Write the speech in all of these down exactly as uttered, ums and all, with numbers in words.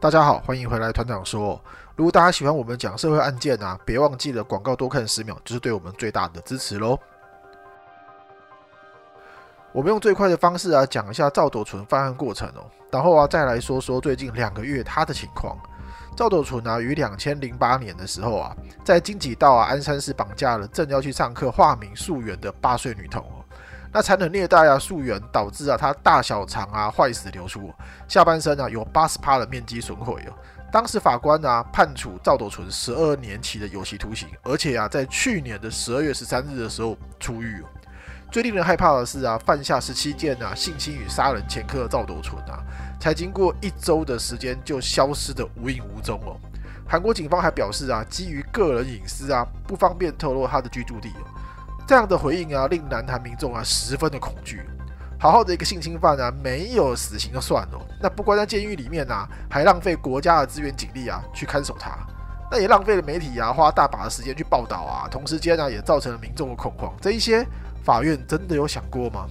大家好，欢迎回来团长说。如果大家喜欢我们讲社会案件啊，别忘记了广告多看十秒，就是对我们最大的支持咯。我们用最快的方式啊，讲一下赵斗淳犯案过程哦，然后啊，再来说说最近两个月他的情况。赵斗淳啊，于两千零八年的时候啊，在金畿道啊鞍山市绑架了正要去上课化名素媛的八岁女童哦。那残忍虐待啊素媛，导致啊她大小肠啊坏死流出，下半身啊有 百分之八十 的面积损毁哦。当时法官啊判处赵斗淳十二年期的有期徒刑，而且啊在去年的十二月十三日的时候出狱哦。最令人害怕的是啊，犯下十七件啊性侵与杀人前科的赵斗淳啊，才经过一周的时间就消失的无影无踪哦。韩国警方还表示啊，基于个人隐私啊，不方便透露他的居住地哦。这样的回应啊，令南韩民众啊十分的恐惧。好好的一个性侵犯啊，没有死刑就算了，那不关在监狱里面啊，还浪费国家的资源警力啊去看守他，那也浪费了媒体啊花大把的时间去报道啊，同时间啊也造成了民众的恐慌。这一些法院真的有想过吗？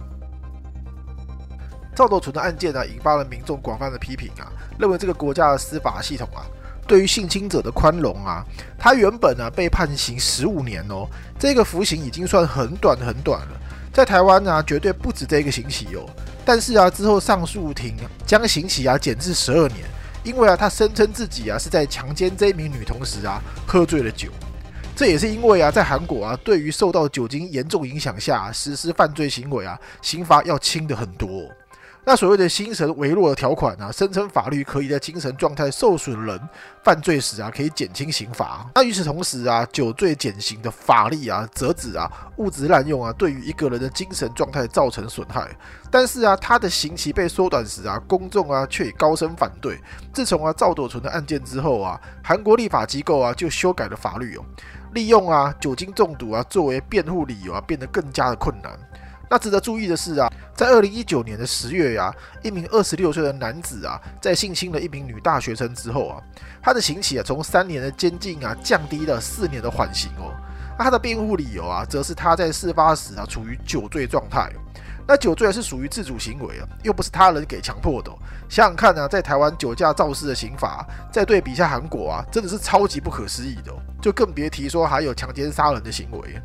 赵斗淳的案件啊，引发了民众广泛的批评啊，认为这个国家的司法系统啊，对于性侵者的宽容啊，他原本啊被判刑十五年哦，这个服刑已经算很短很短了，在台湾啊绝对不止这个刑期哦。但是啊之后上诉庭将刑期啊减至十二年，因为啊他声称自己啊是在强奸这一名女童时啊喝醉了酒。这也是因为啊，在韩国啊，对于受到酒精严重影响下、啊、实施犯罪行为啊，刑罚要轻的很多哦。那所谓的精神微弱的条款啊，声称法律可以在精神状态受损人犯罪时啊，可以减轻刑罚。那与此同时啊，酒醉减刑的法力啊、折指啊、物质滥用啊，对于一个人的精神状态造成损害。但是啊，他的刑期被缩短时啊，公众啊却以高声反对。自从啊赵斗淳的案件之后啊，韩国立法机构啊就修改了法律哦。利用啊酒精中毒啊作为辩护理由啊，变得更加的困难。那值得注意的是啊，在二零一九年的十月啊，一名二十六岁的男子啊，在性侵了一名女大学生之后啊，他的刑期啊从三年的监禁啊降低了四年的缓刑哦。那他的辩护理由啊，则是他在事发时啊处于酒醉状态。那酒醉是属于自主行为啊，又不是他人给强迫的哦。想想看啊，在台湾酒驾肇事的刑罚，再对比一下韩国啊，真的是超级不可思议的哦，就更别提说还有强奸杀人的行为。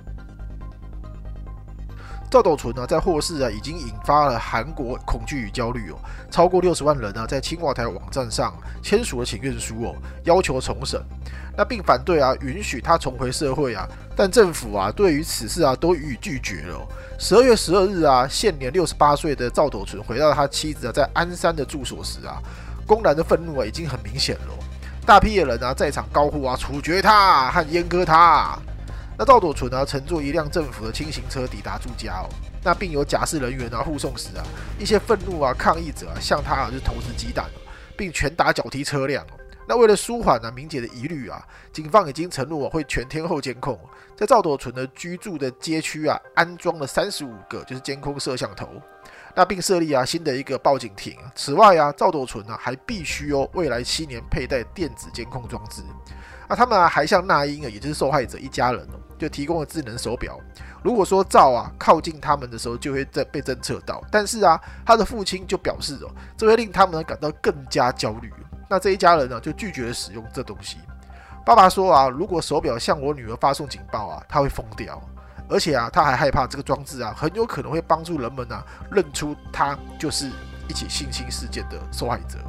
赵斗淳呢，在获释啊，已经引发了韩国恐惧与焦虑哦，超过六十万人呢，在青瓦台网站上签署了请愿书哦，要求重审，那并反对啊，允许他重回社会啊，但政府啊，对于此事啊，都予以拒绝了哦。十二月十二日啊，现年六十八岁的赵斗淳回到他妻子啊在鞍山的住所时啊，公然的愤怒啊，已经很明显了哦。大批的人啊，在场高呼啊，处决他和阉割他。那赵斗淳啊，乘坐一辆政府的轻型车抵达住家哦，那并有假释人员啊护送时啊，一些愤怒啊抗议者啊向他啊就投掷鸡蛋哦，并拳打脚踢车辆哦。那为了舒缓啊民姐的疑虑啊，警方已经承诺会全天候监控，在赵斗淳的居住的街区啊安装了三十五个就是监控摄像头，那并设立啊新的一个报警亭。此外啊，赵斗淳啊还必须哦未来七年佩戴电子监控装置。那他们啊还向那英啊，也就是受害者一家人哦，就提供了智能手表。如果说赵啊靠近他们的时候，就会被侦测到。但是啊，他的父亲就表示哦，这会令他们感到更加焦虑。那这一家人呢，就拒绝了使用这东西。爸爸说啊，如果手表向我女儿发送警报啊，他会疯掉。而且啊，他还害怕这个装置啊，很有可能会帮助人们啊认出他就是一起性侵事件的受害者。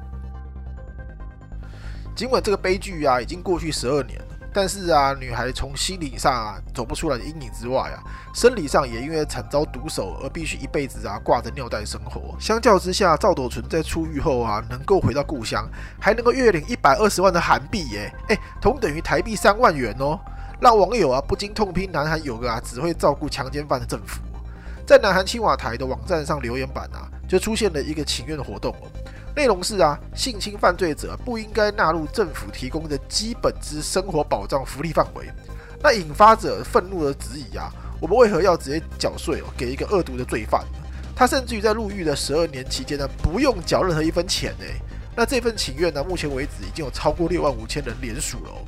尽管这个悲剧啊已经过去十二年了，但是啊，女孩从心理上啊走不出来的阴影之外啊，生理上也因为惨遭毒手而必须一辈子啊挂着尿袋生活。相较之下，赵斗淳在出狱后啊，能够回到故乡，还能够月领一百二十万的韩币耶，哎，同等于台币三万元哦，让网友啊不禁痛批南韩有个啊只会照顾强奸犯的政府。在南韩青瓦台的网站上留言板啊，就出现了一个请愿活动哦。内容是啊，性侵犯罪者不应该纳入政府提供的基本之生活保障福利范围。那引发者愤怒的质疑啊，我们为何要直接缴税哦给一个恶毒的罪犯？他甚至于在入狱的十二年期间呢，不用缴任何一分钱呢。那这份请愿呢，目前为止已经有超过六万五千人联署了哦。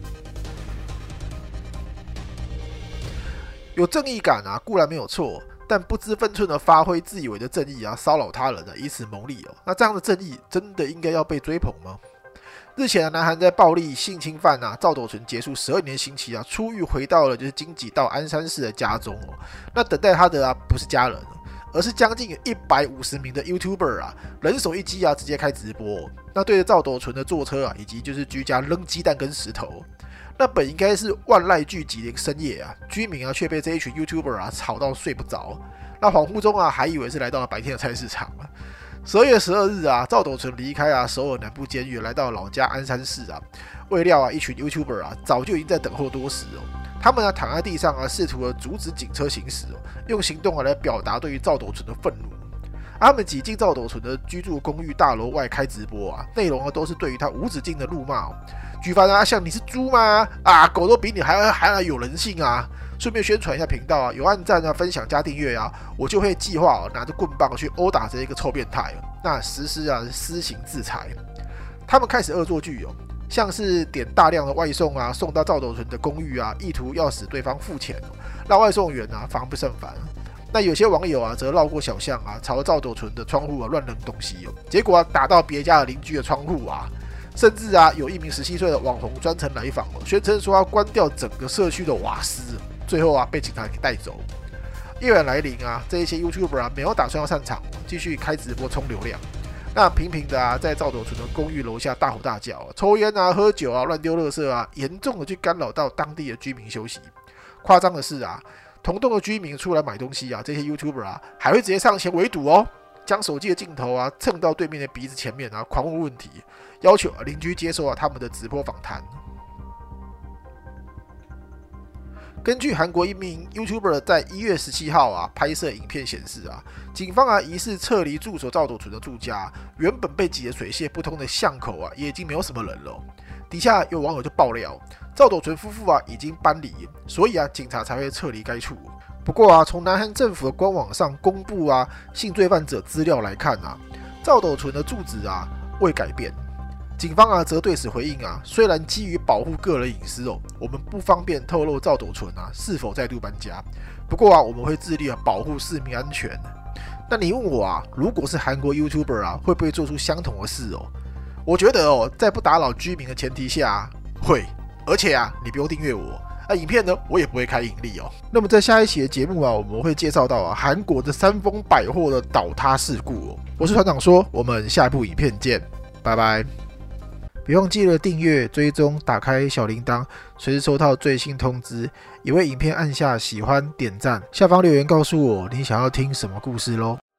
有正义感啊，固然没有错。 但不知分寸的发挥自以为的正义啊，骚扰他人啊，以此牟利哦。那这样的正义真的应该要被追捧吗？日前啊，南韩在暴力性侵犯啊赵斗淳结束十二年刑期啊，出狱回到了就是京畿道鞍山市的家中哦。那等待他的啊不是家人，而是将近一百五十名的 YouTuber 啊，人手一机啊，直接开直播哦。那对着赵斗淳的坐车啊，以及就是居家扔鸡蛋跟石头。那本应该是万籁俱寂的一个深夜啊，居民啊却被这一群 YouTuber 啊吵到睡不着。那恍惚中啊，还以为是来到了白天的菜市场啊。十二月十二日啊，赵斗淳离开啊首尔南部监狱，来到老家鞍山市啊。未料啊，一群 YouTuber 啊早就已经在等候多时哦。他们啊躺在地上啊，试图阻止警车行驶哦，用行动啊来表达对于赵斗淳的愤怒。啊、他们挤进赵斗淳的居住公寓大楼外开直播啊，内容啊都是对于他无止境的辱骂哦。举凡啊，像你是猪吗？啊，狗都比你还还要有人性啊！顺便宣传一下频道啊，有按赞啊、分享加订阅啊，我就会计划、啊、拿着棍棒去殴打这一个臭变态、啊，那实施啊私刑制裁。他们开始恶作剧哦，像是点大量的外送啊，送到赵斗淳的公寓啊，意图要使对方付钱、哦，让外送员啊防不胜防。那有些网友啊，则绕过小巷啊，朝赵斗淳的窗户啊乱扔东西哦，结果啊打到别家的邻居的窗户啊。甚至啊，有一名十七岁的网红专程来访，宣称说要关掉整个社区的瓦斯，最后啊被警察给带走。夜晚来临啊，这一些 YouTuber 啊没有打算要散场，继续开直播冲流量。那频频的啊，在赵斗淳的公寓楼下大吼大叫、啊、抽烟啊、喝酒啊、乱丢垃圾啊，严重的去干扰到当地的居民休息。夸张的是啊，同栋的居民出来买东西啊，这些 YouTuber 啊还会直接上前围堵哦。将手机的镜头啊蹭到对面的鼻子前面啊，狂问问题，要求邻居接受啊他们的直播访谈。根据韩国一名 YouTuber 在一月十七号啊拍摄影片显示啊，警方啊疑似撤离驻守赵斗淳的住家，原本被挤得水泄不通的巷口啊也已经没有什么人了。底下有网友就爆料，赵斗淳夫妇啊已经搬离，所以啊警察才会撤离该处。不过啊，从南韩政府的官网上公布啊性罪犯者资料来看啊，赵斗淳的住址啊未改变。警方啊则对此回应啊，虽然基于保护个人隐私哦，我们不方便透露赵斗淳啊是否再度搬家。不过啊，我们会致力啊保护市民安全。那你问我啊，如果是韩国 YouTuber 啊，会不会做出相同的事哦？我觉得哦，在不打扰居民的前提下、啊、会，而且啊，你不用订阅我。啊，影片呢，我也不会开盈利哦。那么在下一期的节目啊，我们会介绍到啊，韩国的三丰百货的倒塌事故哦。我是团长说，我们下一部影片见，拜拜。别忘记了订阅、追踪、打开小铃铛，随时收到最新通知。也为影片按下喜欢、点赞，下方留言告诉我你想要听什么故事咯。